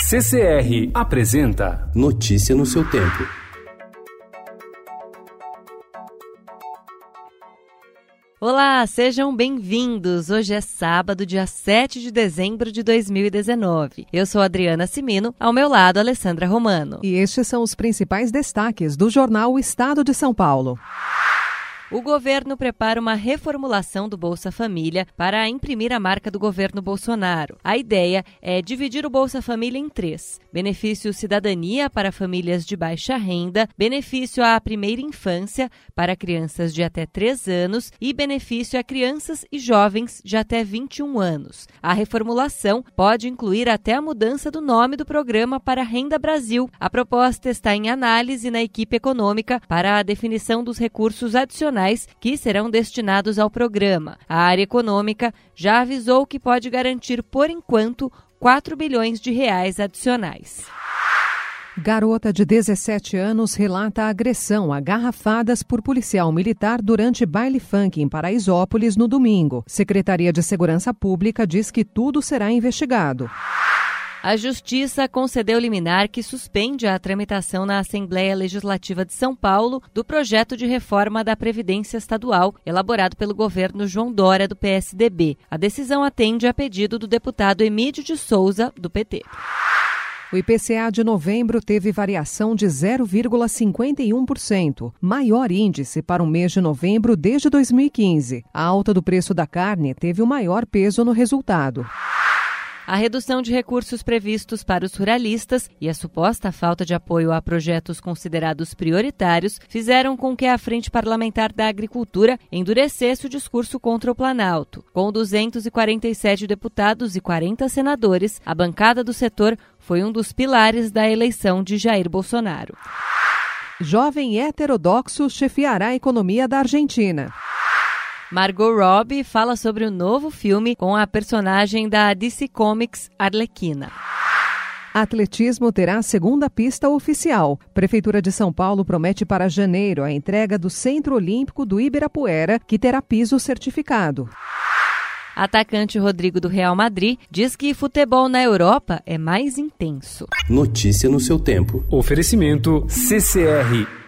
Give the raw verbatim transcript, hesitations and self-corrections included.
C C R apresenta Notícia no seu tempo. Olá, sejam bem-vindos! Hoje é sábado, dia sete de dezembro de dois mil e dezenove. Eu sou Adriana Cimino, ao meu lado, Alessandra Romano. E estes são os principais destaques do jornal O Estado de São Paulo. O governo prepara uma reformulação do Bolsa Família para imprimir a marca do governo Bolsonaro. A ideia é dividir o Bolsa Família em três: benefício cidadania para famílias de baixa renda, benefício à primeira infância para crianças de até três anos e benefício a crianças e jovens de até vinte e um anos. A reformulação pode incluir até a mudança do nome do programa para Renda Brasil. A proposta está em análise na equipe econômica para a definição dos recursos adicionais que serão destinados ao programa. A área econômica já avisou que pode garantir, por enquanto, quatro bilhões de reais adicionais. Garota de dezessete anos relata agressão a garrafadas por policial militar durante baile funk em Paraisópolis no domingo. Secretaria de Segurança Pública diz que tudo será investigado. A Justiça concedeu liminar que suspende a tramitação na Assembleia Legislativa de São Paulo do projeto de reforma da Previdência Estadual, elaborado pelo governo João Dória, do P S D B. A decisão atende a pedido do deputado Emídio de Souza, do P T. O I P C A de novembro teve variação de zero vírgula cinquenta e um por cento, maior índice para o mês de novembro desde dois mil e quinze. A alta do preço da carne teve o maior peso no resultado. A redução de recursos previstos para os ruralistas e a suposta falta de apoio a projetos considerados prioritários fizeram com que a Frente Parlamentar da Agricultura endurecesse o discurso contra o Planalto. Com duzentos e quarenta e sete deputados e quarenta senadores, a bancada do setor foi um dos pilares da eleição de Jair Bolsonaro. Jovem heterodoxo chefiará a economia da Argentina. Margot Robbie fala sobre o novo filme com a personagem da D C Comics, Arlequina. Atletismo terá a segunda pista oficial. Prefeitura de São Paulo promete para janeiro a entrega do Centro Olímpico do Ibirapuera, que terá piso certificado. Atacante Rodrigo do Real Madrid diz que futebol na Europa é mais intenso. Notícia no seu tempo. Oferecimento C C R.